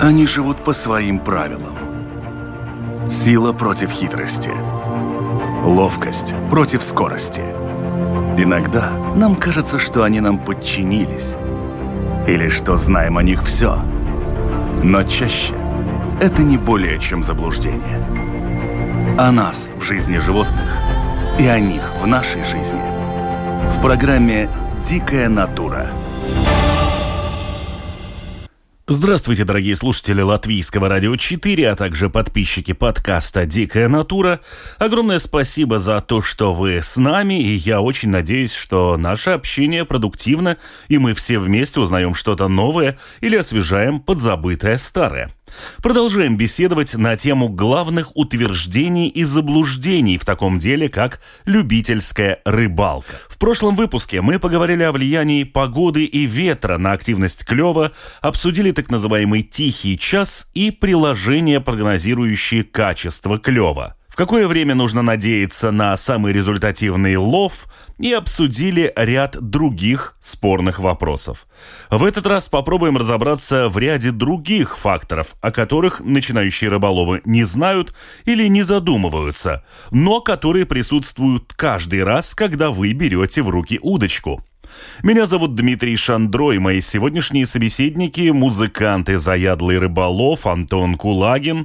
Они живут по своим правилам. Сила против хитрости. Ловкость против скорости. Иногда нам кажется, что они нам подчинились. Или что знаем о них все. Но чаще это не более чем заблуждение. О нас в жизни животных и о них в нашей жизни. В программе «Дикая натура». Здравствуйте, дорогие слушатели Латвийского радио 4, а также подписчики подкаста «Дикая натура». Огромное спасибо за то, что вы с нами, и я очень надеюсь, что наше общение продуктивно, и мы все вместе узнаем что-то новое или освежаем подзабытое старое. Продолжаем беседовать на тему главных утверждений и заблуждений в таком деле, как любительская рыбалка. В прошлом выпуске мы поговорили о влиянии погоды и ветра на активность клёва, обсудили так называемый «тихий час» и приложения, прогнозирующие качество клёва. В какое время нужно надеяться на самый результативный лов, и обсудили ряд других спорных вопросов. В этот раз попробуем разобраться в ряде других факторов, о которых начинающие рыболовы не знают или не задумываются, но которые присутствуют каждый раз, когда вы берете в руки удочку. Меня зовут Дмитрий Шандро, и мои сегодняшние собеседники – музыкант и заядлый рыболов Антон Кулагин,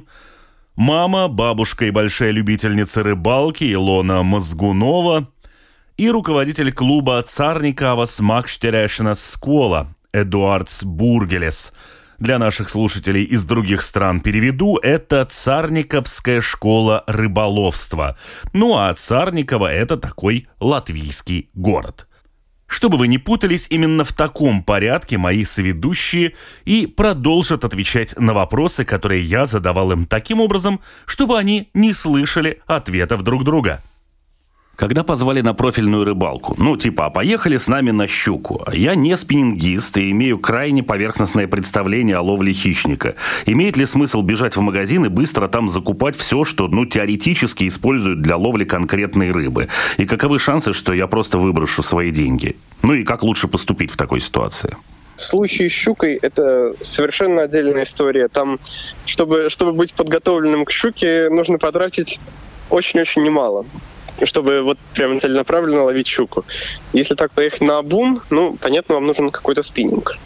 мама, бабушка и большая любительница рыбалки Илона Мозгунова и руководитель клуба Царникавас Макштерешинас Скола Эдуардс Бургелес. Для наших слушателей из других стран переведу, это Царниковская школа рыболовства. Ну а Царниково – это такой латвийский город. Чтобы вы не путались, именно в таком порядке мои соведущие и продолжат отвечать на вопросы, которые я задавал им таким образом, чтобы они не слышали ответов друг друга. Когда позвали на профильную рыбалку, а поехали с нами на щуку. Я не спиннингист и имею крайне поверхностное представление о ловле хищника. Имеет ли смысл бежать в магазин и быстро там закупать все, что, теоретически используют для ловли конкретной рыбы? И каковы шансы, что я просто выброшу свои деньги? И как лучше поступить в такой ситуации? В случае с щукой это совершенно отдельная история. Там, чтобы быть подготовленным к щуке, нужно потратить очень-очень немало, чтобы прям целенаправленно ловить щуку. Если так поехать на обум, понятно, вам нужен какой-то спиннинг.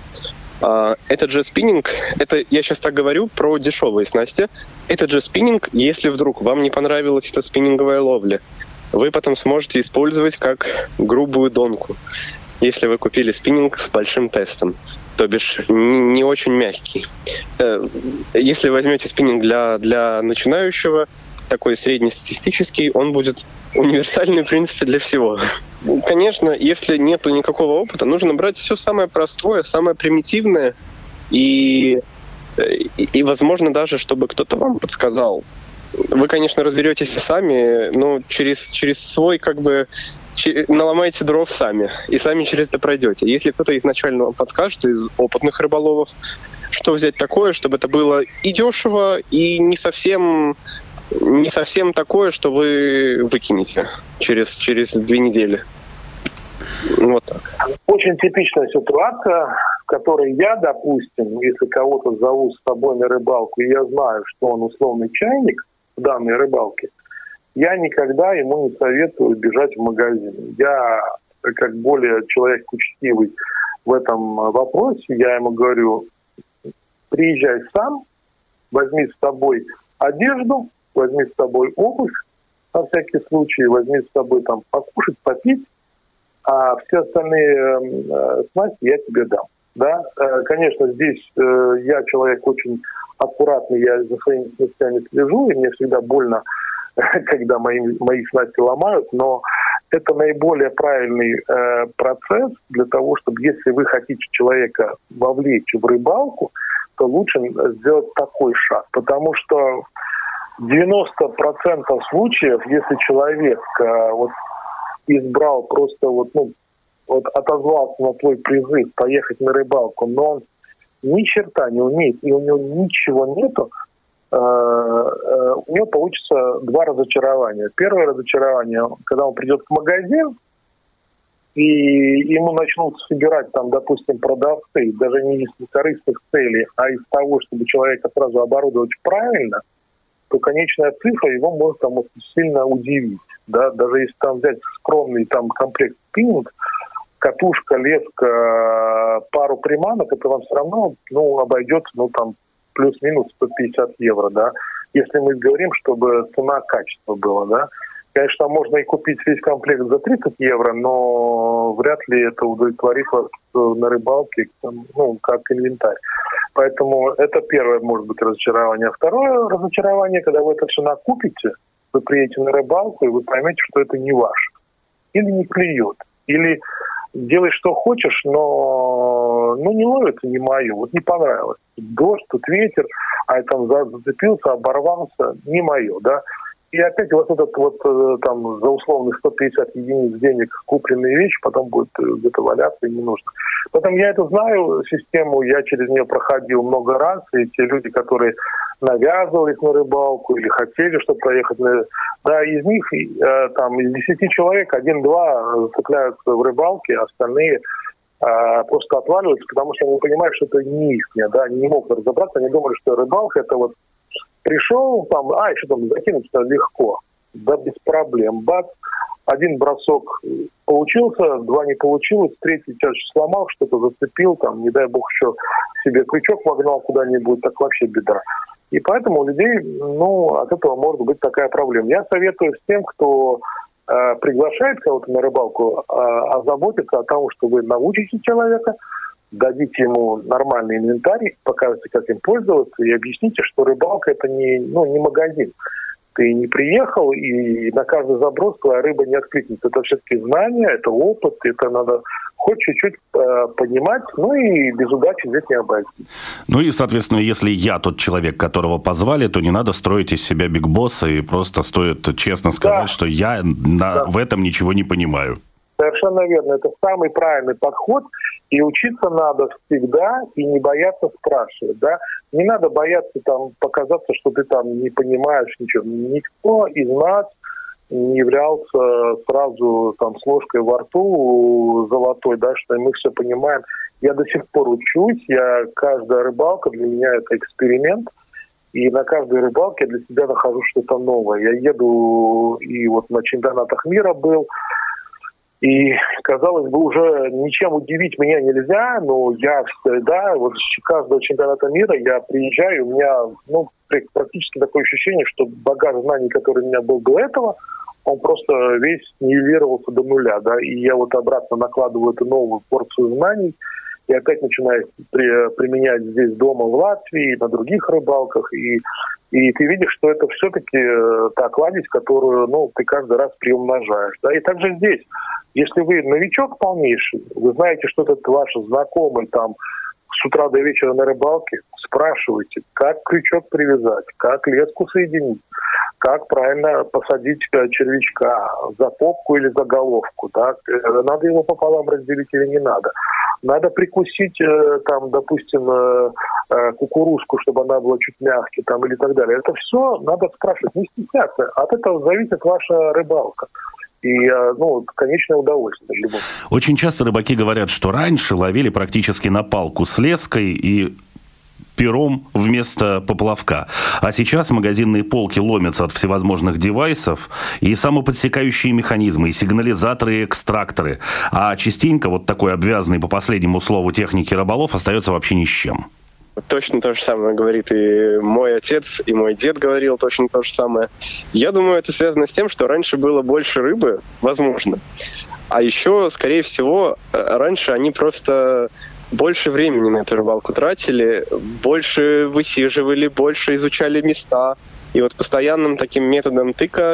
Этот же спиннинг, это я сейчас так говорю про дешевые снасти, этот же спиннинг, если вдруг вам не понравилась эта спиннинговая ловля, вы потом сможете использовать как грубую донку, если вы купили спиннинг с большим тестом, то бишь не очень мягкий. Если возьмете спиннинг для начинающего, такой среднестатистический, он будет универсальный, в принципе, для всего. Конечно, если нету никакого опыта, нужно брать все самое простое, самое примитивное, и возможно, даже, чтобы кто-то вам подсказал. Вы, конечно, разберетесь и сами, но через свой, наломайте дров сами, и сами через это пройдете. Если кто-то изначально вам подскажет из опытных рыболовов, что взять такое, чтобы это было и дешево, и не совсем такое, что вы выкинете через 2 недели. Вот так. Очень типичная ситуация, в которой я, допустим, если кого-то зову с собой на рыбалку, и я знаю, что он условный чайник в данной рыбалке, я никогда ему не советую бежать в магазин. Я, как более человек учтивый в этом вопросе, я ему говорю: приезжай сам, возьми с собой одежду, возьми с собой обувь, на всякий случай, возьми с собой покушать, попить, а все остальные снасти я тебе дам. Да? Конечно, здесь я человек очень аккуратный, я за своими снастями слежу, и мне всегда больно, когда мои снасти ломают, но это наиболее правильный процесс для того, чтобы, если вы хотите человека вовлечь в рыбалку, то лучше сделать такой шаг, потому что 90% случаев, если человек избрал просто отозвался на твой призыв поехать на рыбалку, но он ни черта не умеет и у него ничего нету, у него получится 2 разочарования. Первое разочарование, когда он придет в магазин, и ему начнут собирать там, допустим, продавцы, даже не из корыстных целей, а из того, чтобы человека сразу оборудовать правильно, то конечная цифра его может там сильно удивить. Да? Даже если там взять скромный там комплект спиннинг, катушка, леска, пару приманок, это вам все равно обойдется там плюс-минус 150 евро. Да? Если мы говорим, чтобы цена-качество было, да. Конечно, можно и купить весь комплект за 30 евро, но вряд ли это удовлетворит вас на рыбалке, как инвентарь. Поэтому это первое, может быть, разочарование. А второе разочарование, когда вы это все накупите, вы приедете на рыбалку, и вы поймете, что это не ваше. Или не клюет. Или делай, что хочешь, но не ловится, не мое. Вот не понравилось. Дождь, тут ветер, а я там зацепился, оборвался, не мое, да. И опять вот этот там за условных 150 единиц денег купленные вещи потом будет где-то валяться и не нужно. Поэтому я это знаю, систему, я через нее проходил много раз, и те люди, которые навязывались на рыбалку или хотели, чтобы проехать из них, там, из 10 человек 1-2 зацепляются в рыбалке, а остальные просто отваливаются, потому что они понимают, что это не их, да, они не могут разобраться, они думали, что рыбалка это вот пришел, там, еще там закинуть-то легко. Да, без проблем. Бац, один бросок получился, два не получилось, третий чаще сломал, что-то зацепил, там, не дай бог еще себе крючок вогнал куда-нибудь, так вообще беда. И поэтому у людей, от этого может быть такая проблема. Я советую всем, кто приглашает кого-то на рыбалку, озаботиться о том, что вы научите человека, дадите ему нормальный инвентарь, покажете, как им пользоваться, и объясните, что рыбалка это не магазин. Ты не приехал, и на каждый заброс твоя рыба не откликнется. Это все-таки знания, это опыт, это надо хоть чуть-чуть понимать, и без удачи здесь не обойти. И, соответственно, если я тот человек, которого позвали, то не надо строить из себя бигбосса, и просто стоит честно сказать, что я в этом ничего не понимаю. Совершенно верно. Это самый правильный подход. И учиться надо всегда, и не бояться спрашивать. Да? Не надо бояться там показаться, что ты там не понимаешь ничего. Никто из нас не являлся сразу там с ложкой во рту золотой, да, что мы все понимаем. Я до сих пор учусь. Каждая рыбалка для меня это эксперимент. И на каждой рыбалке я для себя нахожу что-то новое. Я еду и вот на чемпионатах мира был. И, казалось бы, уже ничем удивить меня нельзя, но я всегда, вот с каждого чемпионата мира я приезжаю, у меня практически такое ощущение, что багаж знаний, который у меня был до этого, он просто весь нивелировался до нуля, да, и я вот обратно накладываю эту новую порцию знаний, и опять начинаю применять здесь дома в Латвии, на других рыбалках, и ты видишь, что это все-таки та кладезь, которую, ты каждый раз приумножаешь, да, и также здесь. Если вы новичок полнейший, вы знаете, что это ваш знакомый там с утра до вечера на рыбалке, спрашивайте, как крючок привязать, как леску соединить, как правильно посадить червячка, за попку или за головку, да? Надо его пополам разделить или не надо. Надо прикусить, там, допустим, кукурузку, чтобы она была чуть мягкой, там, или так далее. Это все надо спрашивать, не стесняться. От этого зависит ваша рыбалка. И, конечное удовольствие. Очень часто рыбаки говорят, что раньше ловили практически на палку с леской и пером вместо поплавка. А сейчас магазинные полки ломятся от всевозможных девайсов, и самоподсекающие механизмы, и сигнализаторы, и экстракторы. А частенько вот такой обвязанный по последнему слову техники рыболов остается вообще ни с чем. Точно то же самое говорит и мой отец, и мой дед говорил точно то же самое. Я думаю, это связано с тем, что раньше было больше рыбы, возможно. А еще, скорее всего, раньше они просто больше времени на эту рыбалку тратили, больше высиживали, больше изучали места. И вот постоянным таким методом тыка,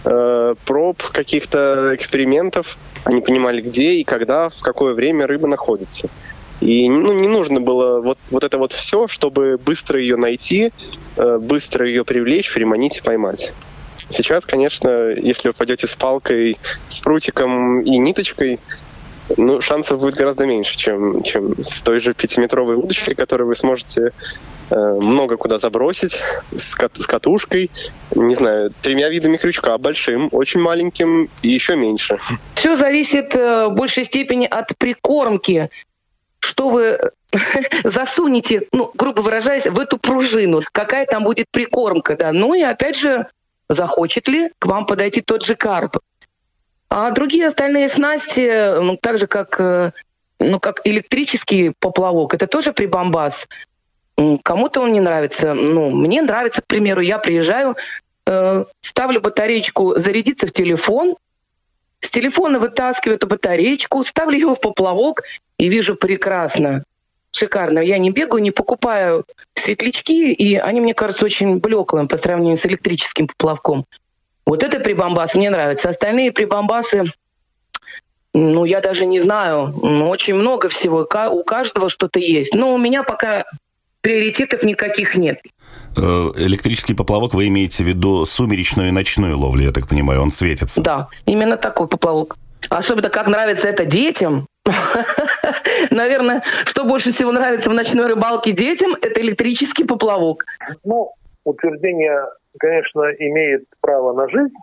проб, каких-то экспериментов, они понимали, где и когда, в какое время рыба находится. И не нужно было вот это вот все, чтобы быстро ее найти, быстро ее привлечь, приманить и поймать. Сейчас, конечно, если вы пойдете с палкой, с прутиком и ниточкой, шансов будет гораздо меньше, чем с той же 5-метровой удочкой, которую вы сможете много куда забросить, с катушкой, не знаю, 3 видами крючка, большим, очень маленьким и еще меньше. Все зависит в большей степени от прикормки. Что вы засунете, грубо выражаясь, в эту пружину, какая там будет прикормка, да. Ну и опять же, захочет ли к вам подойти тот же карп. А другие остальные снасти, так же как электрический поплавок, это тоже прибамбас. Кому-то он не нравится. Мне нравится, к примеру, я приезжаю, ставлю батареечку зарядиться в телефон, с телефона вытаскиваю эту батареечку, ставлю его в поплавок и вижу прекрасно, шикарно. Я не бегаю, не покупаю светлячки, и они, мне кажется, очень блеклым по сравнению с электрическим поплавком. Вот это прибамбас мне нравится. Остальные прибамбасы, я даже не знаю. Очень много всего. У каждого что-то есть. Но у меня пока приоритетов никаких нет. Электрический поплавок вы имеете в виду сумеречную и ночную ловлю, я так понимаю, он светится. Да, именно такой поплавок. Особенно как нравится это детям. Наверное, что больше всего нравится в ночной рыбалке детям, это электрический поплавок. Утверждение, конечно, имеет право на жизнь,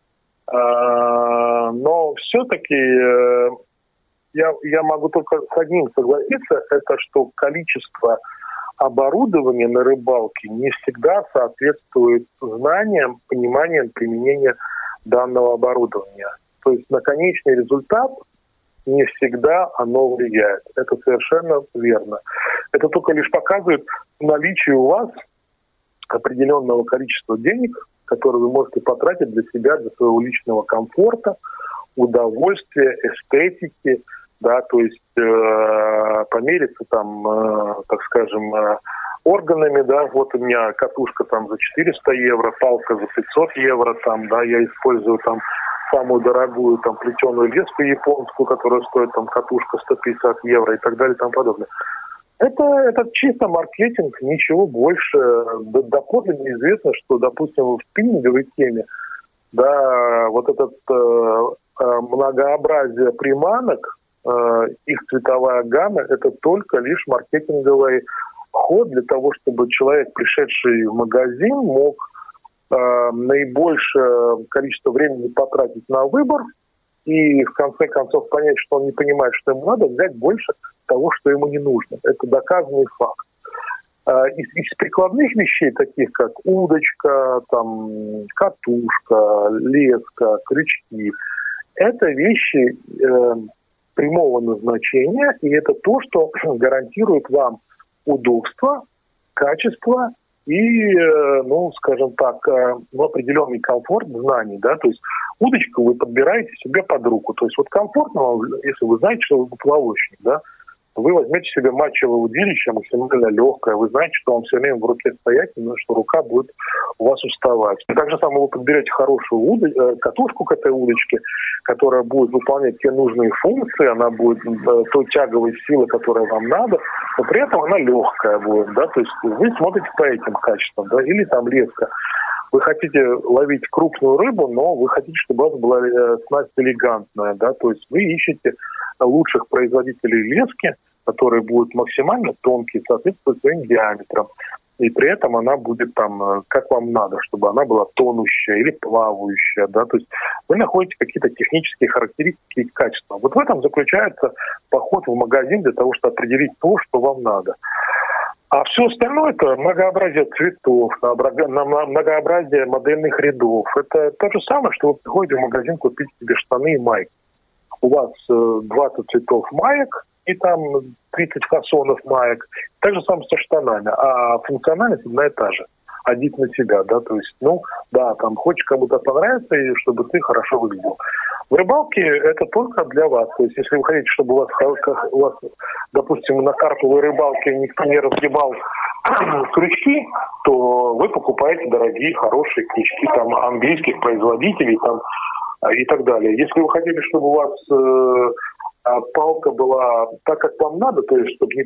но все-таки я могу только с одним согласиться, это что количество оборудования на рыбалке не всегда соответствует знаниям, пониманиям применения данного оборудования. То есть на конечный результат не всегда оно влияет. Это совершенно верно. Это только лишь показывает наличие у вас определенного количества денег, которые вы можете потратить для себя, для своего личного комфорта, удовольствия, эстетики, да, то есть помериться там, так скажем, органами, да, вот у меня катушка там за 400 евро, палка за 500 евро, там, да, я использую там самую дорогую там плетеную леску японскую, которая стоит там катушка 150 евро и так далее и тому подобное. Это чисто маркетинг, ничего больше. Доподлинно известно, что, допустим, в спиннинговой теме, да, вот это многообразие приманок, их цветовая гамма, это только лишь маркетинговый ход для того, чтобы человек, пришедший в магазин, мог наибольшее количество времени потратить на выбор и в конце концов понять, что он не понимает, что ему надо, взять больше того, что ему не нужно. Это доказанный факт. Из прикладных вещей, таких как удочка, там, катушка, леска, крючки, это вещи прямого назначения, и это то, что гарантирует вам удобство, качество и, скажем так, определенный комфорт знаний, да, то есть удочку вы подбираете себе под руку, то есть вот комфортно вам, если вы знаете, что вы поплавочник, да, вы возьмете себе матчевое удилище, максимально легкое, вы знаете, что вам все время в руке стоять, но что рука будет у вас уставать. И так же самое вы подберете хорошую катушку к этой удочке, которая будет выполнять те нужные функции, она будет той тяговой силы, которая вам надо, но при этом она легкая будет, да, то есть вы смотрите по этим качествам, да, или там леска. Вы хотите ловить крупную рыбу, но вы хотите, чтобы у вас была снасть элегантная, да, то есть вы ищете лучших производителей лески, которые будут максимально тонкие, соответствуют своим диаметрам. И при этом она будет там, как вам надо, чтобы она была тонущая или плавающая, да, то есть вы находите какие-то технические характеристики и качества. Вот в этом заключается поход в магазин для того, чтобы определить то, что вам надо. А все остальное – это многообразие цветов, многообразие модельных рядов. Это то же самое, что вы приходите в магазин купить себе штаны и майки. У вас 20 цветов маек и там 30 фасонов маек. Так же самое со штанами. А функциональность одна и та же. Одеть на себя, да, то есть, там хочешь кому-то понравиться, и чтобы ты хорошо выглядел. В рыбалке это только для вас. То есть, если вы хотите, чтобы у вас, допустим, на карповой рыбалке никто не разгибал крючки, то вы покупаете дорогие, хорошие крючки там английских производителей там, и так далее. Если вы хотите, чтобы у вас палка была так, как вам надо, то есть, чтобы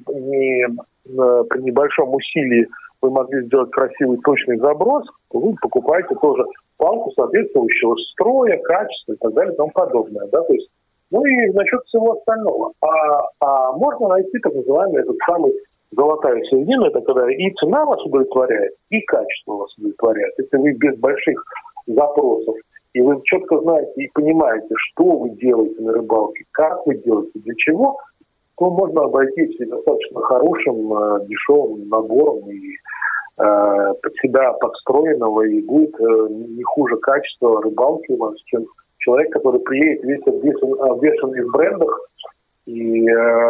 при небольшом усилии вы могли сделать красивый точный заброс, то вы покупаете тоже палку соответствующего строя, качества и так далее и тому подобное. Да? То есть, и насчет всего остального. А можно найти так называемый этот самый золотая середина, это когда и цена вас удовлетворяет, и качество вас удовлетворяет. Если вы без больших запросов, и вы четко знаете и понимаете, что вы делаете на рыбалке, как вы делаете, для чего, то можно обойтись достаточно хорошим, дешевым набором и под себя подстроенного, и будет не хуже качества рыбалки у вас, чем человек, который приедет весь обвешанный в брендах, и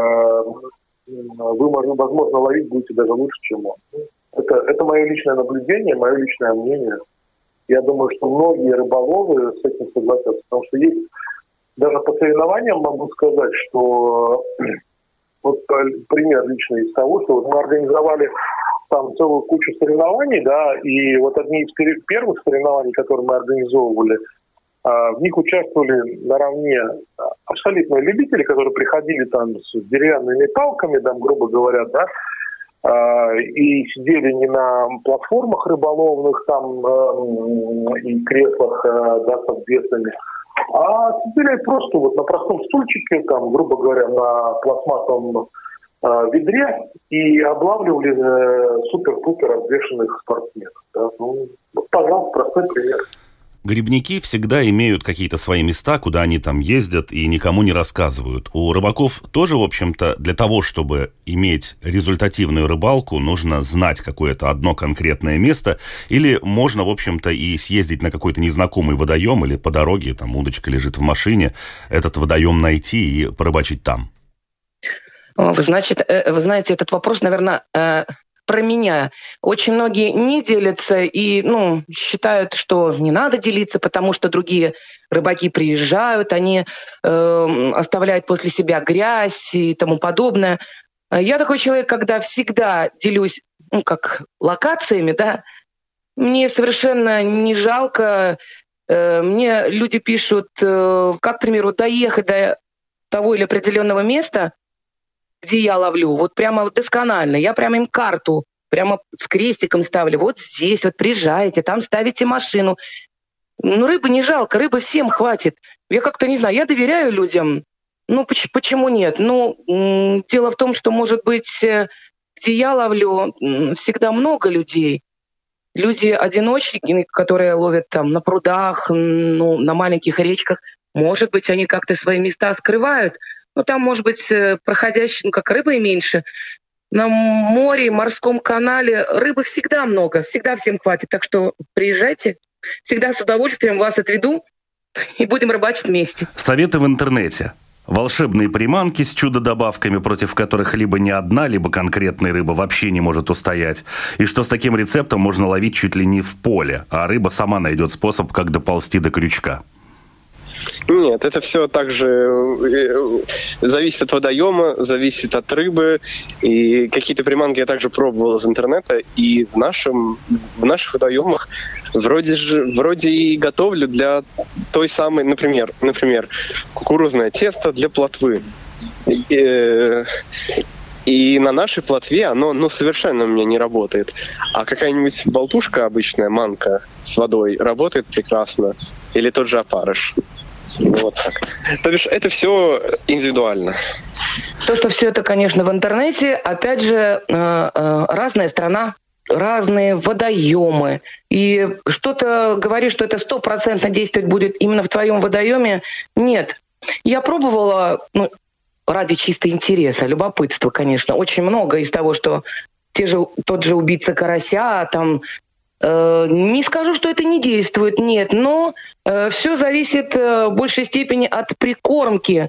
вы, возможно, ловить будете даже лучше, чем он. Это мое личное наблюдение, мое личное мнение. Я думаю, что многие рыболовы с этим согласятся, потому что есть даже по соревнованиям, могу сказать, что вот пример лично из того, что вот мы организовали там целую кучу соревнований, да, и вот одни из первых соревнований, которые мы организовывали, в них участвовали наравне абсолютные любители, которые приходили там с деревянными палками, там, грубо говоря, да, и сидели не на платформах рыболовных там и креслах, да, с обвесами, а сидели просто вот на простом стульчике, там, грубо говоря, на пластмассовом ведре и облавливали супер-пупер обвешанных спортсменов. Да. Ну, вот, пожалуйста, простой пример. Грибники всегда имеют какие-то свои места, куда они там ездят и никому не рассказывают. У рыбаков тоже, в общем-то, для того, чтобы иметь результативную рыбалку, нужно знать какое-то одно конкретное место, или можно, в общем-то, и съездить на какой-то незнакомый водоем, или по дороге, там удочка лежит в машине, этот водоем найти и порыбачить там. Вы знаете, этот вопрос, наверное, про меня. Очень многие не делятся и считают, что не надо делиться, потому что другие рыбаки приезжают, они оставляют после себя грязь и тому подобное. Я такой человек, когда всегда делюсь, как локациями, да, мне совершенно не жалко. Мне люди пишут, как, к примеру, доехать до того или определенного места, где я ловлю, вот прямо досконально. Я прямо им карту прямо с крестиком ставлю. Вот здесь вот приезжаете, там ставите машину. Рыбы не жалко, рыбы всем хватит. Я как-то не знаю, я доверяю людям. Почему нет? Дело в том, что, может быть, где я ловлю, всегда много людей. Люди-одиночники, которые ловят там на прудах, на маленьких речках, может быть, они как-то свои места скрывают. Там, может быть, проходящие, как рыбы меньше. На море, морском канале рыбы всегда много, всегда всем хватит. Так что приезжайте, всегда с удовольствием вас отведу и будем рыбачить вместе. Советы в интернете. Волшебные приманки с чудо-добавками, против которых либо ни одна, либо конкретная рыба вообще не может устоять. И что с таким рецептом можно ловить чуть ли не в поле, а рыба сама найдет способ, как доползти до крючка. Нет, это все также зависит от водоема, зависит от рыбы. И какие-то приманки я также пробовал из интернета. И в наших водоемах вроде и готовлю для той самой, например, кукурузное тесто для плотвы. И на нашей плотве оно совершенно у меня не работает. А какая-нибудь болтушка обычная, манка с водой, работает прекрасно. Или тот же опарыш. Вот так. То бишь, это все индивидуально. То, что все это, конечно, в интернете, опять же, разная страна, разные водоемы. И что-то говорит, что это 100% действовать будет именно в твоем водоеме. Нет. Я пробовала, ради чисто интереса, любопытства, конечно, очень много из того, что тот же убийца карася, там, не скажу, что это не действует, нет, но все зависит в большей степени от прикормки.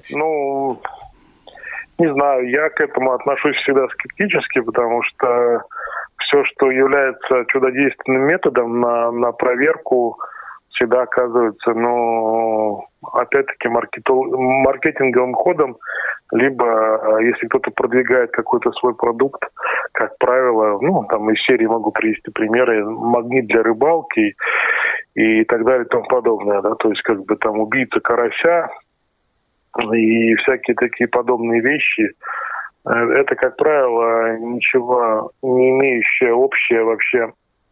Не знаю, я к этому отношусь всегда скептически, потому что все, что является чудодейственным методом на проверку, всегда оказывается, опять-таки, маркетинговым ходом, либо если кто-то продвигает какой-то свой продукт, как правило, из серии могу привести примеры, магнит для рыбалки и так далее и тому подобное, да, то есть убийца карася и всякие такие подобные вещи, это, как правило, ничего не имеющее общее вообще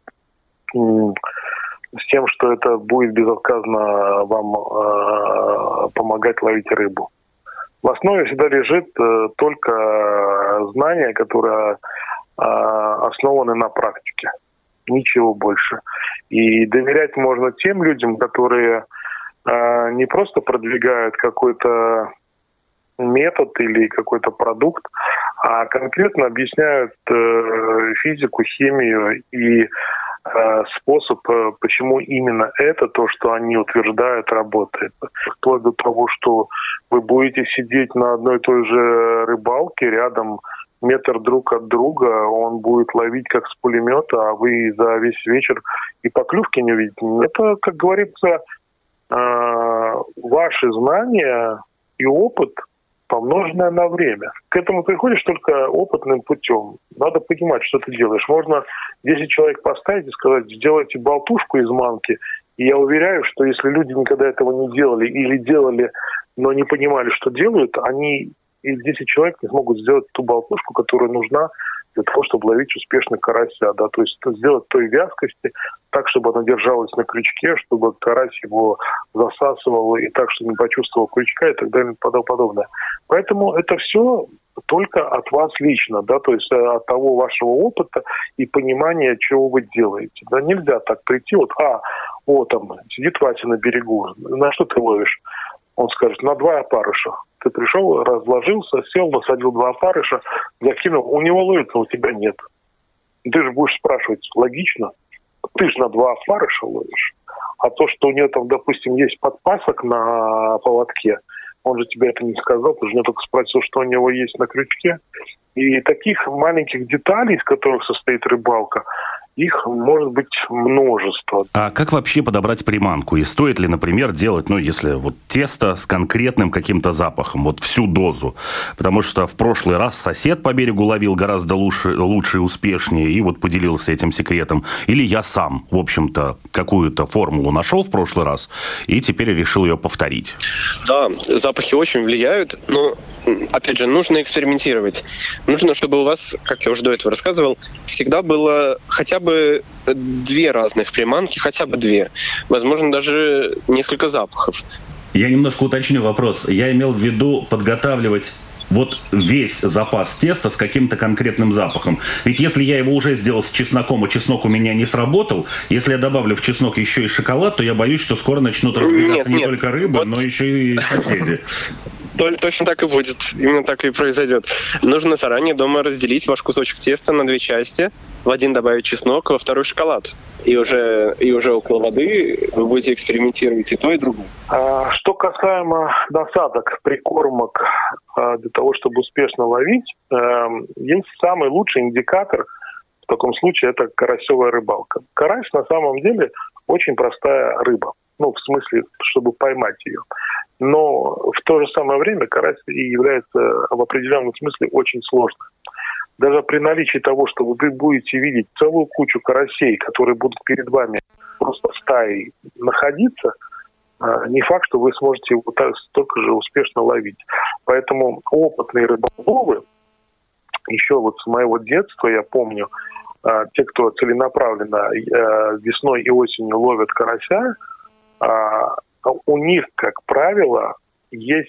с тем, что это будет безотказно вам помогать ловить рыбу. В основе всегда лежит только знание, которое основаны на практике. Ничего больше. И доверять можно тем людям, которые не просто продвигают какой-то метод или какой-то продукт, а конкретно объясняют физику, химию и способ, почему именно это, то, что они утверждают, работает. Вплоть до того, что вы будете сидеть на одной и той же рыбалке рядом, метр друг от друга, он будет ловить как с пулемета, а вы за весь вечер и поклевки не увидите. Это, как говорится, ваши знания и опыт, помноженное на время. К этому приходишь только опытным путем. Надо понимать, что ты делаешь. Можно 10 человек поставить и сказать, сделайте болтушку из манки. И я уверяю, что если люди никогда этого не делали или делали, но не понимали, что делают, они из 10 человек не смогут сделать ту болтушку, которая нужна для того, чтобы ловить успешно карася. Да? То есть сделать той вязкости так, чтобы она держалась на крючке, чтобы карась его засасывал и так, чтобы не почувствовал крючка и так далее и тому подобное. Поэтому это все только от вас лично, да, то есть от того вашего опыта и понимания, чего вы делаете. Да, нельзя так прийти, вот там сидит Вася на берегу, на что ты ловишь? Он скажет, на 2 опарыша. Ты пришел, разложился, сел, насадил 2 опарыша, закинул, у него ловится, у тебя нет. Ты же будешь спрашивать, логично? Ты же на 2 опарыша ловишь. А то, что у него там, допустим, есть подпасок на поводке, он же тебе это не сказал, ты же мне только спросил, что у него есть на крючке. И таких маленьких деталей, из которых состоит рыбалка, их может быть множество. А как вообще подобрать приманку? И стоит ли, например, делать, если вот тесто с конкретным каким-то запахом, вот всю дозу? Потому что в прошлый раз сосед по берегу ловил гораздо лучше и успешнее, и вот поделился этим секретом. Или я сам, в общем-то, какую-то формулу нашел в прошлый раз, и теперь решил ее повторить. Да, запахи очень влияют, но, опять же, нужно экспериментировать. Нужно, чтобы у вас, как я уже до этого рассказывал, всегда было хотя бы 2 разных приманки, хотя бы 2. Возможно, даже несколько запахов. Я немножко уточню вопрос. Я имел в виду подготавливать вот весь запас теста с каким-то конкретным запахом. Ведь если я его уже сделал с чесноком, а чеснок у меня не сработал, если я добавлю в чеснок еще и шоколад, то я боюсь, что скоро начнут разбегаться не только рыба, но еще и соседи. Точно так и будет. Именно так и произойдет. Нужно заранее дома разделить ваш кусочек теста на 2 части. В один добавить чеснок, во второй шоколад. И уже около воды вы будете экспериментировать и то, и другое. Что касаемо насадок, прикормок, для того, чтобы успешно ловить, есть самый лучший индикатор в таком случае, это карасевая рыбалка. Карась на самом деле очень простая рыба. В смысле, чтобы поймать ее. Но в то же самое время карась и является в определенном смысле очень сложным. Даже при наличии того, что вы будете видеть целую кучу карасей, которые будут перед вами просто стаей находиться, не факт, что вы сможете его столько же успешно ловить. Поэтому опытные рыболовы, еще вот с моего детства я помню, те, кто целенаправленно весной и осенью ловят карася, у них, как правило, есть,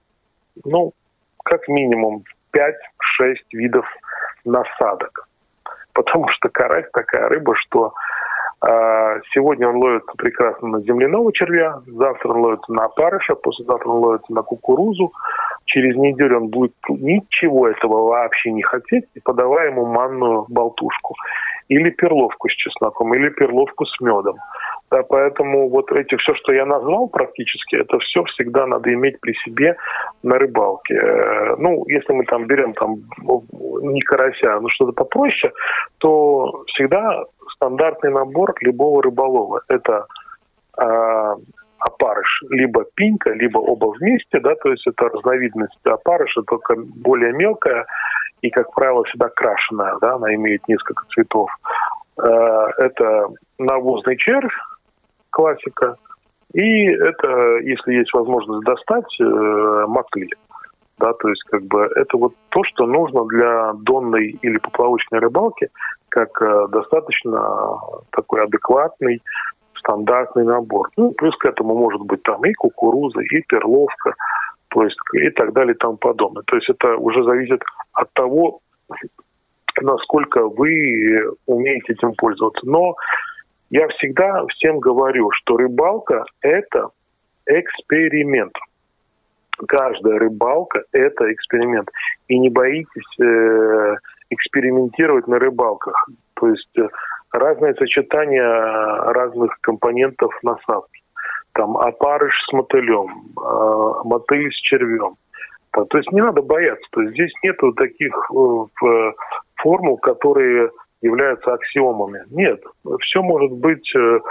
как минимум 5-6 видов насадок. Потому что карась такая рыба, что сегодня он ловится прекрасно на земляного червя, завтра он ловится на опарыша, послезавтра он ловится на кукурузу, через неделю он будет ничего этого вообще не хотеть, и подавай ему манную болтушку. Или перловку с чесноком, или перловку с медом. Да, поэтому вот эти все, что я назвал практически, это все всегда надо иметь при себе на рыбалке. Если мы там берем не карася, но что-то попроще, то всегда стандартный набор любого рыболова. Это опарыш, либо пинька, либо оба вместе, да, то есть это разновидность опарыша, только более мелкая и, как правило, всегда крашеная, да, она имеет несколько цветов. Это навозный червь, классика, и это, если есть возможность достать, маклиль. Да, то есть это вот то, что нужно для донной или поплавочной рыбалки, как достаточно такой адекватный, стандартный набор. Плюс к этому может быть там и кукуруза, и перловка, то есть и так далее и тому подобное. То есть это уже зависит от того, насколько вы умеете этим пользоваться. Но я всегда всем говорю, что рыбалка – это эксперимент. Каждая рыбалка – это эксперимент. И не боитесь экспериментировать на рыбалках. То есть разное сочетание разных компонентов насадки. Там опарыш с мотылем, мотыль с червем. То есть не надо бояться. То есть здесь нет таких формул, которые являются аксиомами. Нет, все может быть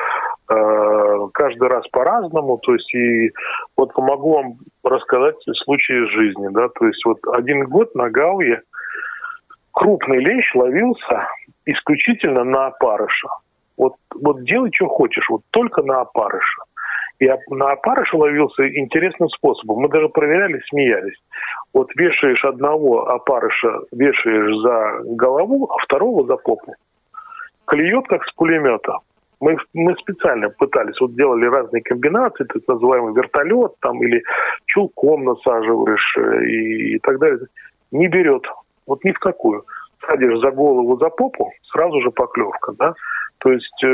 каждый раз по-разному. То есть и вот помогу вам рассказать случай из жизни. Да? То есть вот 1 год на Гауе крупный лещ ловился исключительно на опарыша. Вот делай, что хочешь, вот только на опарыша. И на опарыша ловился интересным способом. Мы даже проверяли, смеялись. Вот вешаешь одного опарыша, вешаешь за голову, а второго за попу. Клюет, как с пулемета. Мы специально пытались, вот делали разные комбинации, так называемый вертолет, там, или чулком насаживаешь и так далее. Не берет. Вот ни в какую. Садишь за голову, за попу, сразу же поклевка, да. То есть,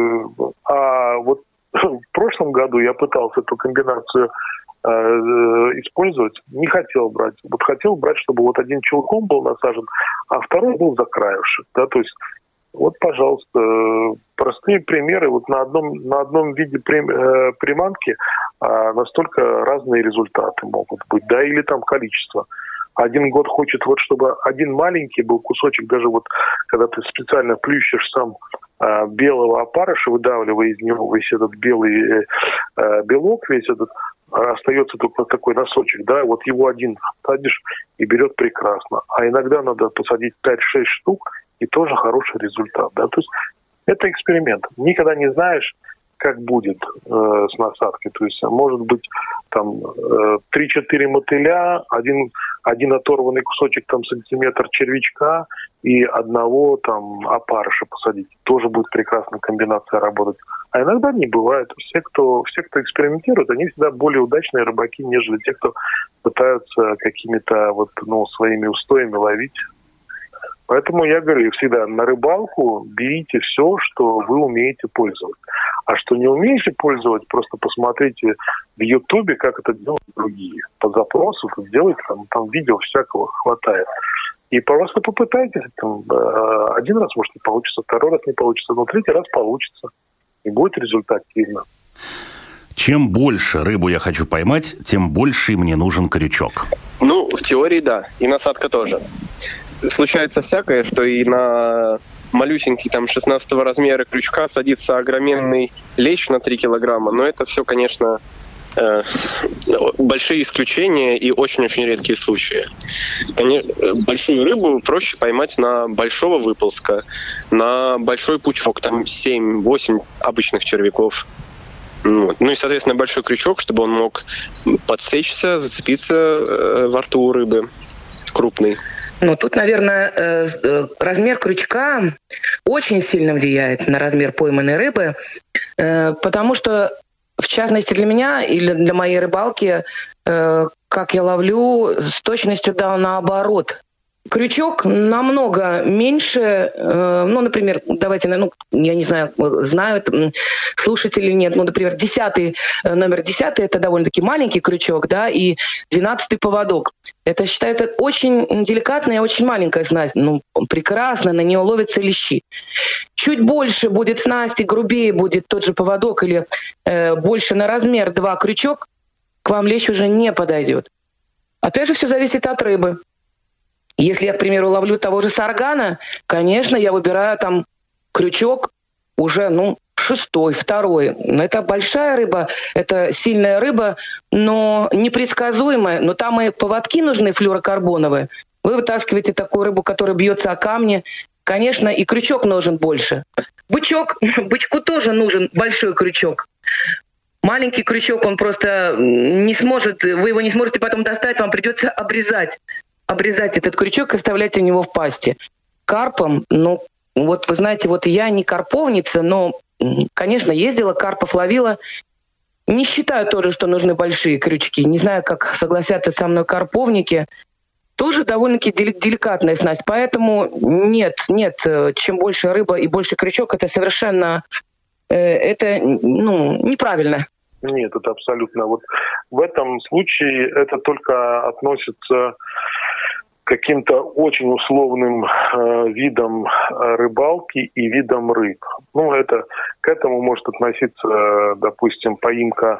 вот в прошлом году я пытался эту комбинацию использовать, не хотел брать. Вот хотел брать, чтобы вот один чулком был насажен, а второй был за краешек, да, то есть вот, пожалуйста, простые примеры. Вот на одном виде приманки настолько разные результаты могут быть, да, или там количество. 1 год хочет, вот чтобы один маленький был кусочек, даже вот когда ты специально плющишь сам белого опарыша, выдавливая из него весь этот белый белок, весь этот, остается только такой носочек, да, вот его один садишь и берет прекрасно. А иногда надо посадить 5-6 штук, и тоже хороший результат, да, то есть это эксперимент. Никогда не знаешь, как будет с насадкой. То есть может быть там 3-4 мотыля, один оторванный кусочек там сантиметр червячка и одного там опарыша посадить. Тоже будет прекрасная комбинация работать. А иногда не бывает. Все, кто экспериментирует, они всегда более удачные рыбаки, нежели те, кто пытаются какими-то своими устоями ловить. Поэтому я говорю всегда, на рыбалку берите все, что вы умеете пользовать. А что не умеете пользовать, просто посмотрите в Ютубе, как это делают другие. По запросу сделайте, там видео всякого хватает. И просто попытайтесь. 1 раз, может, не получится, 2 раз не получится, но 3 раз получится. И будет результат видно. Чем больше рыбу я хочу поймать, тем больше мне нужен крючок. В теории да. И насадка тоже. Случается всякое, что и на малюсенький 16 размера крючка садится огроменный лещ на 3 килограмма. Но это все, конечно, большие исключения и очень-очень редкие случаи. Большую рыбу проще поймать на большого выползка, на большой пучок, 7-8 обычных червяков. И, соответственно, большой крючок, чтобы он мог подсечься, зацепиться во рту у рыбы крупный. Тут, наверное, размер крючка очень сильно влияет на размер пойманной рыбы, потому что, в частности, для меня или для моей рыбалки, как я ловлю, с точностью наоборот. Крючок намного меньше, например, давайте, я не знаю, знают слушатели или нет, например, номер 10 это довольно-таки маленький крючок, да, и 12-й поводок. Это считается очень деликатная и очень маленькая снасть, прекрасно, на нее ловятся лещи. Чуть больше будет снасть и грубее будет тот же поводок или больше на размер 2 крючок, к вам лещ уже не подойдет. Опять же, все зависит от рыбы. Если я, к примеру, ловлю того же саргана, конечно, я выбираю крючок уже, 6-й, 2-й. Это большая рыба, это сильная рыба, но непредсказуемая. Но там и поводки нужны флюорокарбоновые. Вы вытаскиваете такую рыбу, которая бьется о камни. Конечно, и крючок нужен больше. Бычку тоже нужен большой крючок. Маленький крючок, он просто не сможет, вы его не сможете потом достать, вам придется обрезать этот крючок и оставлять у него в пасти. Карпом, вы знаете, я не карповница, но, конечно, ездила, карпов ловила. Не считаю тоже, что нужны большие крючки. Не знаю, как согласятся со мной карповники. тоже довольно-таки деликатная снасть. Поэтому нет, чем больше рыба и больше крючок, это совершенно неправильно. Нет, это абсолютно. Вот в этом случае это только относится к каким-то очень условным видам рыбалки и видам рыб. Это к этому может относиться, допустим, поимка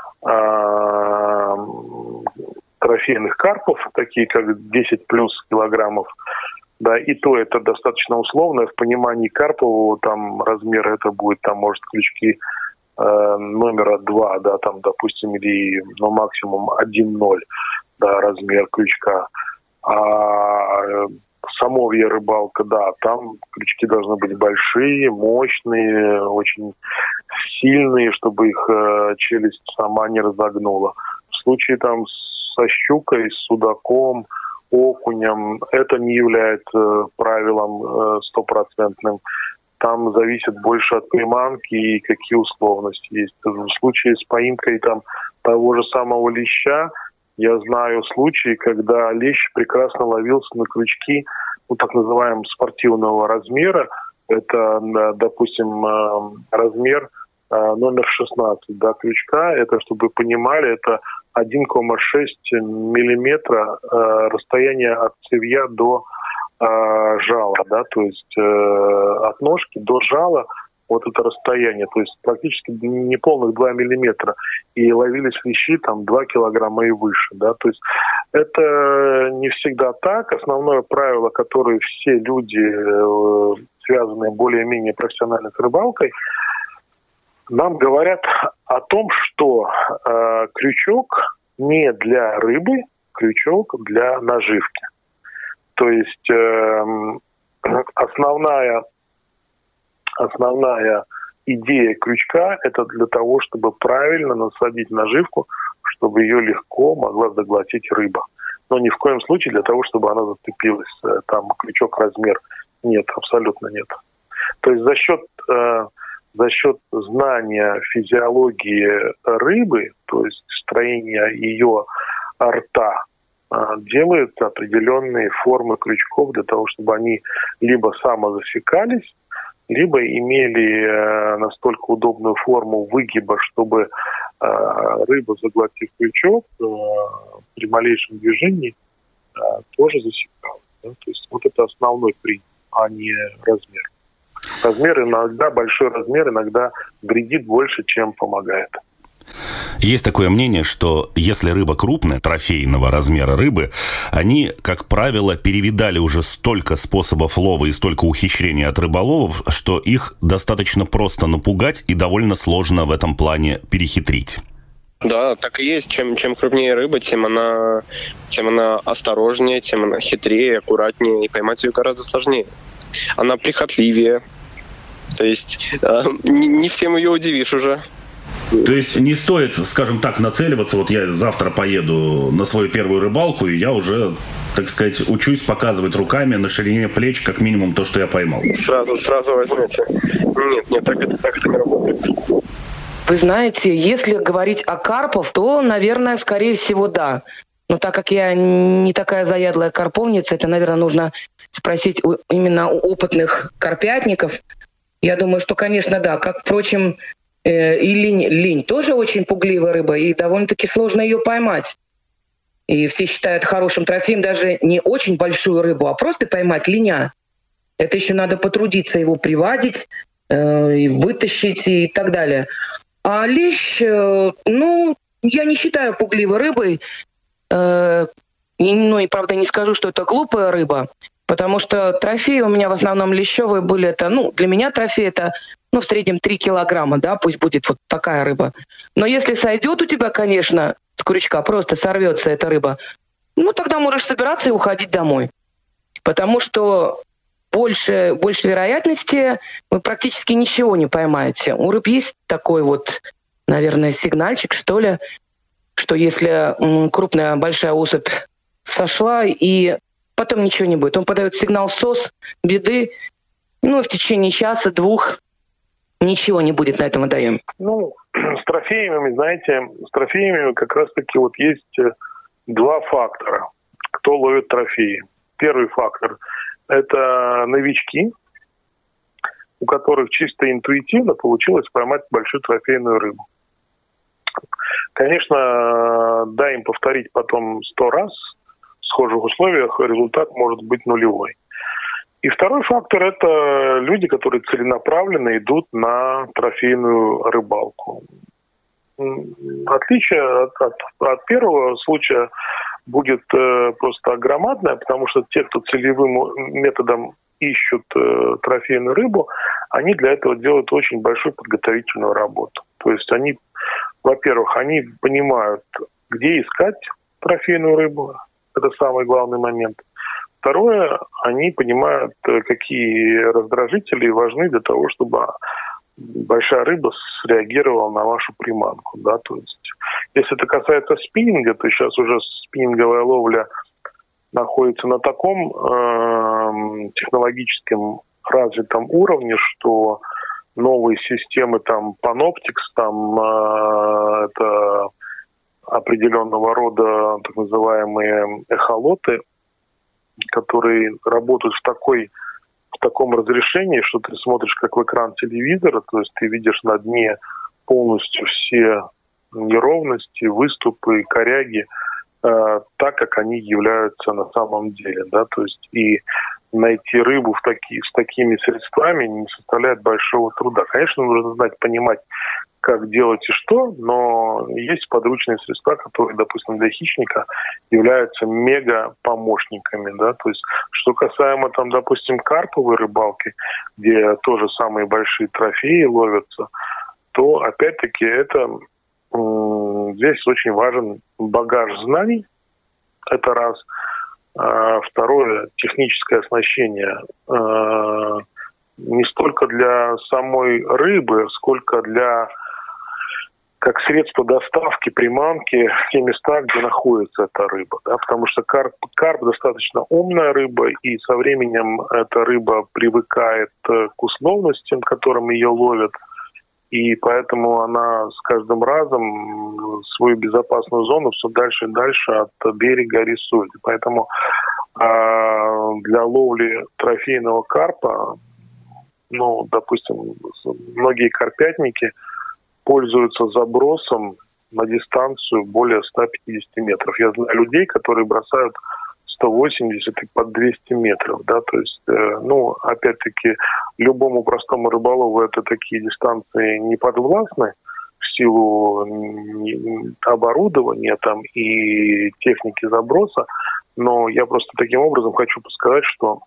трофейных карпов, такие как 10 плюс килограммов. Да, и то это достаточно условно. В понимании карпового там размера это будет, там, может, крючки номера 2, да, там, допустим, или максимум 1,0, да, размер крючка. А самовья рыбалка, да, там крючки должны быть большие, мощные, очень сильные, чтобы их челюсть сама не разогнула. В случае там со щукой, с судаком, окунем, это не является правилом стопроцентным. Там зависит больше от приманки и какие условности есть. В случае с поимкой там того же самого леща, я знаю случаи, когда лещ прекрасно ловился на крючки, так называемого спортивного размера. Это, допустим, размер номер 16, да, крючка. Это, чтобы вы понимали, это 1,6 миллиметра расстояние от цевья до жала, да, то есть от ножки до жала вот это расстояние, то есть практически неполных 2 миллиметра, и ловились лещи там 2 килограмма и выше, да, то есть это не всегда так. Основное правило, которое все люди, связанные более-менее профессионально с рыбалкой, нам говорят о том, что крючок не для рыбы, крючок для наживки. То есть основная идея крючка – это для того, чтобы правильно насадить наживку, чтобы ее легко могла заглотить рыба. Но ни в коем случае для того, чтобы она зацепилась. Там крючок, размер. Нет, абсолютно нет. То есть за счет знания физиологии рыбы, то есть строения ее рта, делаются определенные формы крючков для того, чтобы они либо самозасекались, либо имели настолько удобную форму выгиба, чтобы рыба, заглотив крючок, при малейшем движении тоже засекалась. Да? То есть вот это основной принцип, а не размер. Размер иногда, большой размер иногда вредит больше, чем помогает. Есть такое мнение, что если рыба крупная, трофейного размера рыбы, они, как правило, перевидали уже столько способов лова и столько ухищрений от рыболовов, что их достаточно просто напугать и довольно сложно в этом плане перехитрить. Да, так и есть. Чем крупнее рыба, тем она осторожнее, тем она хитрее, аккуратнее, и поймать ее гораздо сложнее. Она прихотливее. То есть не всем ее удивишь уже. То есть не стоит, скажем так, нацеливаться, вот я завтра поеду на свою первую рыбалку, и я уже, так сказать, учусь показывать руками на ширине плеч как минимум то, что я поймал. Сразу возьмете. Нет, так это не работает. Вы знаете, если говорить о карпах, то, наверное, скорее всего, да. Но так как я не такая заядлая карповница, это, наверное, нужно спросить именно у опытных карпятников. Я думаю, что, конечно, да. Как, впрочем, и линь тоже очень пугливая рыба, и довольно-таки сложно ее поймать. И все считают хорошим трофеем даже не очень большую рыбу, а просто поймать линя. Это еще надо потрудиться его приводить, и вытащить и так далее. А лещ, я не считаю пугливой рыбой. И, правда, не скажу, что это глупая рыба, потому что трофеи у меня в основном лещевые были. Это, для меня трофей это, в среднем 3 килограмма, да, пусть будет вот такая рыба. Но если сойдет у тебя, конечно, с крючка, просто сорвется эта рыба, тогда можешь собираться и уходить домой. Потому что больше вероятности вы практически ничего не поймаете. У рыб есть такой вот, наверное, сигнальчик, что ли, что если крупная большая особь сошла, и потом ничего не будет. Он подает сигнал СОС, беды, в течение часа-двух ничего не будет на этом водоеме. С трофеями, знаете, как раз-таки вот есть два фактора. кто ловит трофеи. Первый фактор – это новички, у которых чисто интуитивно получилось поймать большую трофейную рыбу. Конечно, дай им повторить потом 100 раз в схожих условиях, результат может быть нулевой. И второй фактор – это люди, которые целенаправленно идут на трофейную рыбалку. Отличие от первого случая будет просто громадное, потому что те, кто целевым методом ищут трофейную рыбу, они для этого делают очень большую подготовительную работу. То есть они, во-первых, они понимают, где искать трофейную рыбу. Это самый главный момент. Второе, они понимают, какие раздражители важны для того, чтобы большая рыба среагировала на вашу приманку. Да? То есть, если это касается спиннинга, то сейчас уже спиннинговая ловля находится на таком технологическом развитом уровне, что новые системы, там, Panoptix, там, это определенного рода так называемые эхолоты, которые работают в таком разрешении, что ты смотришь как в экран телевизора, то есть ты видишь на дне полностью все неровности, выступы, коряги, так, как они являются на самом деле, да, то есть и найти рыбу с такими средствами не составляет большого труда. Конечно, нужно знать, понимать, как делать и что, но есть подручные средства, которые, допустим, для хищника являются мега-помощниками, да, то есть, что касаемо, там, допустим, карповой рыбалки, где тоже самые большие трофеи ловятся, то, опять-таки, это здесь очень важен багаж знаний, это раз. Второе, техническое оснащение. Не столько для самой рыбы, сколько как средство доставки, приманки в те места, где находится эта рыба. Да? Потому что карп достаточно умная рыба, и со временем эта рыба привыкает к условностям, которым ее ловят. И поэтому она с каждым разом свою безопасную зону все дальше и дальше от берега рисует. И поэтому для ловли трофейного карпа, допустим, многие карпятники пользуются забросом на дистанцию более 150 метров. Я знаю людей, которые бросают 180 и под 200 метров, да, то есть, опять-таки, любому простому рыболову это такие дистанции не подвластны в силу оборудования там и техники заброса, но я просто таким образом хочу сказать, что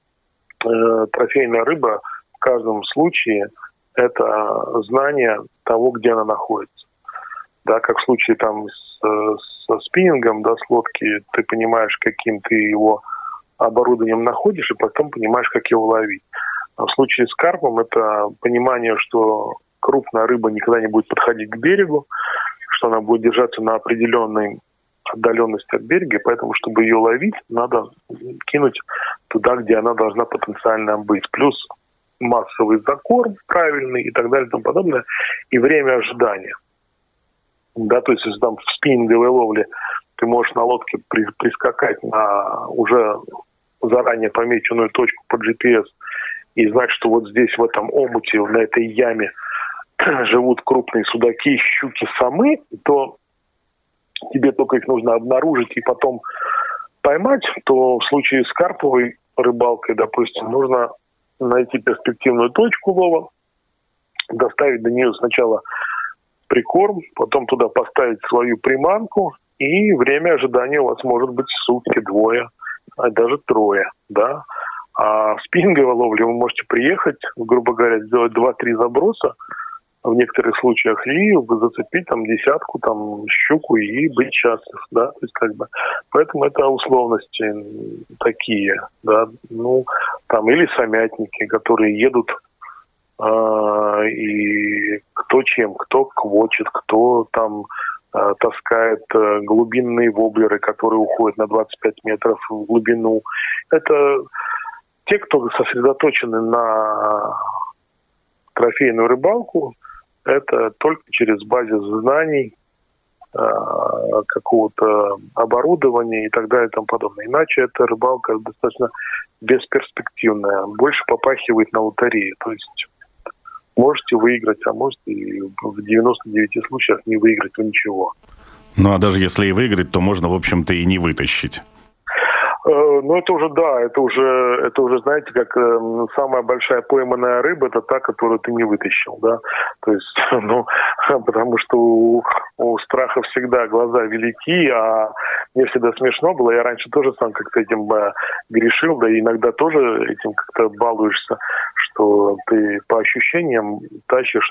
трофейная рыба в каждом случае это знание того, где она находится. Да, как в случае там со спиннингом, да, с лодки, ты понимаешь, каким ты его оборудованием находишь, и потом понимаешь, как его ловить. А в случае с карпом это понимание, что крупная рыба никогда не будет подходить к берегу, что она будет держаться на определенной отдаленности от берега, и поэтому, чтобы ее ловить, надо кинуть туда, где она должна потенциально быть. Плюс массовый закорм правильный и так далее и тому подобное, и время ожидания. Да, то есть, если там в спиннинговой ловле ты можешь на лодке прискакать на уже заранее помеченную точку по GPS и знать, что вот здесь, в этом омуте, на этой яме живут крупные судаки, щуки, самы, то тебе только их нужно обнаружить и потом поймать, то в случае с карповой рыбалкой, допустим, нужно найти перспективную точку лова, доставить до нее сначала прикорм, потом туда поставить свою приманку, и время ожидания у вас может быть сутки, двое, а даже трое, да. А в спиннинговой ловле вы можете приехать, грубо говоря, сделать 2-3 заброса в некоторых случаях и зацепить там десятку, там щуку и быть счастлив, да, то есть как бы, поэтому это условности такие, да, там или самятники, которые едут и кто чем, кто квочет, кто там таскает глубинные воблеры, которые уходят на 25 метров в глубину. Это те, кто сосредоточены на трофейную рыбалку, это только через базис знаний какого-то оборудования и так далее и тому подобное. Иначе эта рыбалка достаточно бесперспективная, больше попахивает на лотерею. То есть можете выиграть, а можете в 99 случаях не выиграть ничего. Ну, а даже если и выиграть, то можно, в общем-то, и не вытащить. Ну, это уже, знаете, как самая большая пойманная рыба, это та, которую ты не вытащил, да. То есть, потому что у страха всегда глаза велики, а мне всегда смешно было, я раньше тоже сам как-то этим грешил, да и иногда тоже этим как-то балуешься, что ты по ощущениям тащишь,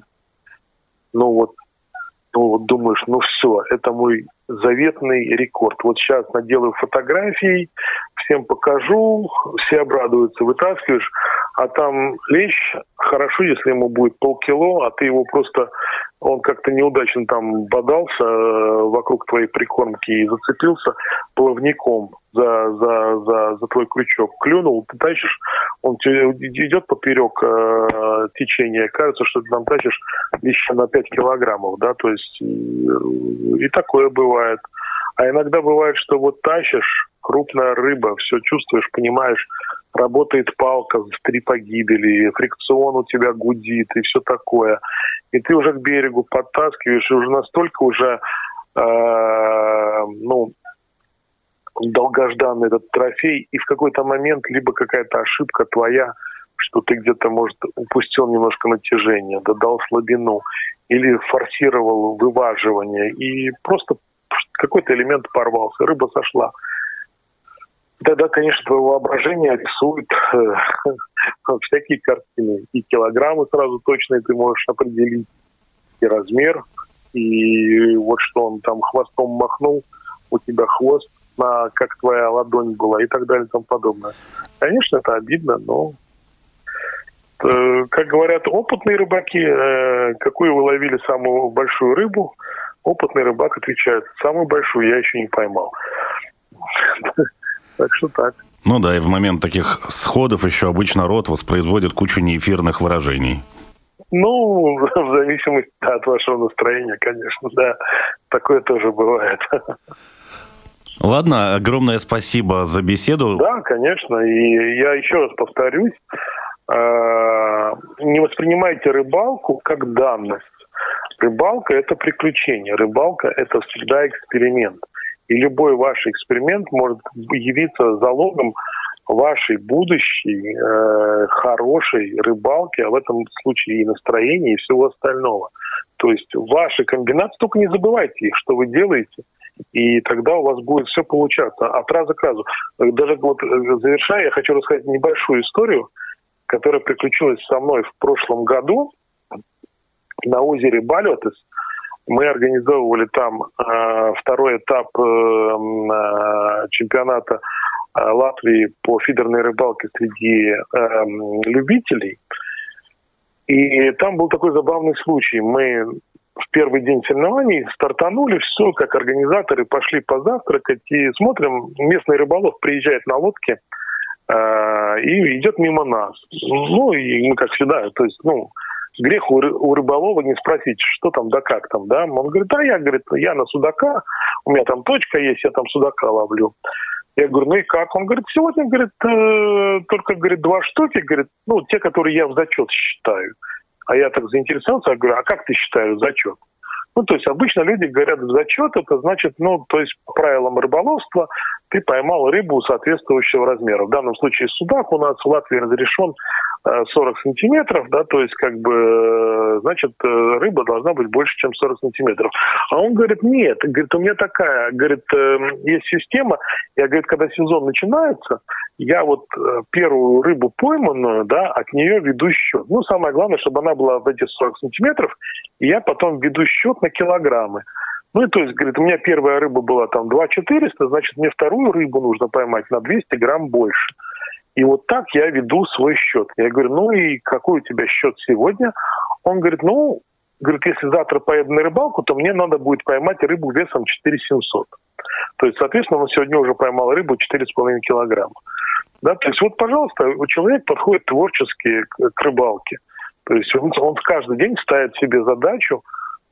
думаешь, все, это мой заветный рекорд. Вот сейчас наделаю фотографий, всем покажу, все обрадуются, вытаскиваешь, а там лещ, хорошо, если ему будет полкило, а ты его просто, он как-то неудачно там бодался вокруг твоей прикормки и зацепился плавником за твой крючок. Клюнул, ты тащишь, он идет поперек течения, кажется, что ты там тащишь леща на 5 килограммов, да, то есть и такое бывает. А иногда бывает, что вот тащишь, крупная рыба, все чувствуешь, понимаешь, работает палка в 3 погибели, фрикцион у тебя гудит и все такое. И ты уже к берегу подтаскиваешь, и уже настолько уже, долгожданный этот трофей, и в какой-то момент либо какая-то ошибка твоя, что ты где-то, может, упустил немножко натяжение, дал слабину, или форсировал вываживание, и просто какой-то элемент порвался, рыба сошла. Тогда, конечно, твое воображение рисует всякие картины. И килограммы сразу точно ты можешь определить, и размер, и вот что он там хвостом махнул, у тебя хвост, как твоя ладонь была, и так далее и тому подобное. Конечно, это обидно, но, как говорят опытные рыбаки, какую вы ловили самую большую рыбу, опытный рыбак отвечает, самую большую я еще не поймал. Так что так. Ну да, и в момент таких сходов еще обычно рот воспроизводит кучу неэфирных выражений. Ну, в зависимости от вашего настроения, конечно, да. Такое тоже бывает. Ладно, огромное спасибо за беседу. Да, конечно. И я еще раз повторюсь, не воспринимайте рыбалку как данность. Рыбалка – это приключение. Рыбалка – это всегда эксперимент. И любой ваш эксперимент может явиться залогом вашей будущей хорошей рыбалки, а в этом случае и настроения, и всего остального. То есть ваши комбинации, только не забывайте их, что вы делаете, и тогда у вас будет все получаться от раза к разу. Даже вот завершая, я хочу рассказать небольшую историю, которая приключилась со мной в прошлом году на озере Балетес. Мы организовывали там второй этап чемпионата Латвии по фидерной рыбалке среди любителей. И там был такой забавный случай. Мы в первый день соревнований стартанули, все, как организаторы, пошли позавтракать, и смотрим, местный рыболов приезжает на лодке и идет мимо нас. Ну, и мы как всегда, то есть, грех у рыболова не спросить, что там да как там, да. Он говорит, я на судака, у меня там точка есть, я там судака ловлю. Я говорю, и как? Он говорит, сегодня, только, 2 штуки, те, которые я в зачет считаю. А я так заинтересовался, я говорю, а как ты считаешь зачет? То есть обычно люди говорят, в зачет это значит, то есть по правилам рыболовства ты поймал рыбу соответствующего размера. В данном случае судак у нас в Латвии разрешен 40 сантиметров, да, то есть значит, рыба должна быть больше, чем 40 сантиметров. А он говорит, нет, у меня такая, есть система, я, когда сезон начинается, я вот первую рыбу пойманную, да, от нее веду счет. Самое главное, чтобы она была в эти 40 сантиметров, и я потом веду счет на килограммы. То есть, у меня первая рыба была там 2,400, значит, мне вторую рыбу нужно поймать на 200 грамм больше. И вот так я веду свой счет. Я говорю, и какой у тебя счет сегодня? Он говорит, если завтра поеду на рыбалку, то мне надо будет поймать рыбу весом 4700. То есть, соответственно, он сегодня уже поймал рыбу 4,5 килограмма. Да, то есть, пожалуйста, человек подходит творчески к рыбалке. То есть, он каждый день ставит себе задачу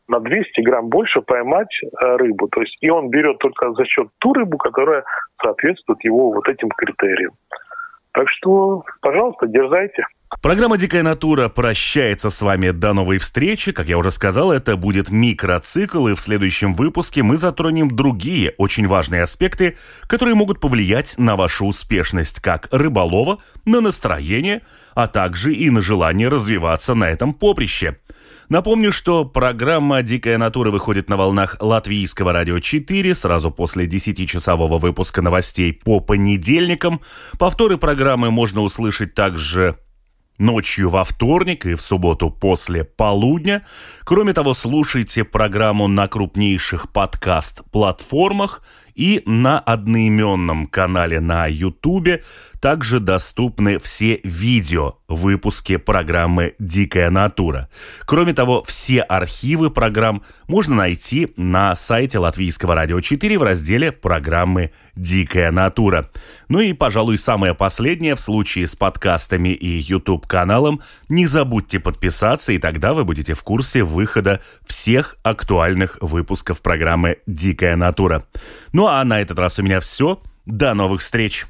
на 200 грамм больше поймать рыбу. То есть и он берет только за счет ту рыбу, которая соответствует его вот этим критериям. Так что, пожалуйста, дерзайте. Программа «Дикая натура» прощается с вами до новой встречи. Как я уже сказал, это будет микроцикл, и в следующем выпуске мы затронем другие очень важные аспекты, которые могут повлиять на вашу успешность как рыболова, на настроение, а также и на желание развиваться на этом поприще. Напомню, что программа «Дикая натура» выходит на волнах Латвийского радио 4 сразу после 10-часового выпуска новостей по понедельникам. Повторы программы можно услышать также ночью во вторник и в субботу после полудня. Кроме того, слушайте программу на крупнейших подкаст-платформах и на одноименном канале на Ютубе. Также доступны все видео-выпуски программы «Дикая натура». Кроме того, все архивы программ можно найти на сайте Латвийского радио 4 в разделе программы «Дикая натура». Ну и, пожалуй, самое последнее в случае с подкастами и YouTube-каналом. Не забудьте подписаться, и тогда вы будете в курсе выхода всех актуальных выпусков программы «Дикая натура». Ну а на этот раз у меня все. До новых встреч!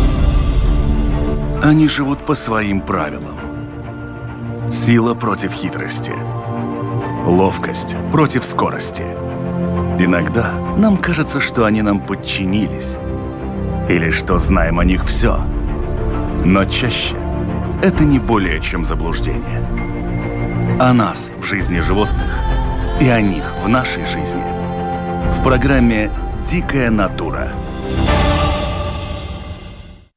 Они живут по своим правилам. Сила против хитрости. Ловкость против скорости. Иногда нам кажется, что они нам подчинились. Или что знаем о них все. Но чаще это не более чем заблуждение. О нас в жизни животных и о них в нашей жизни. В программе «Дикая натура».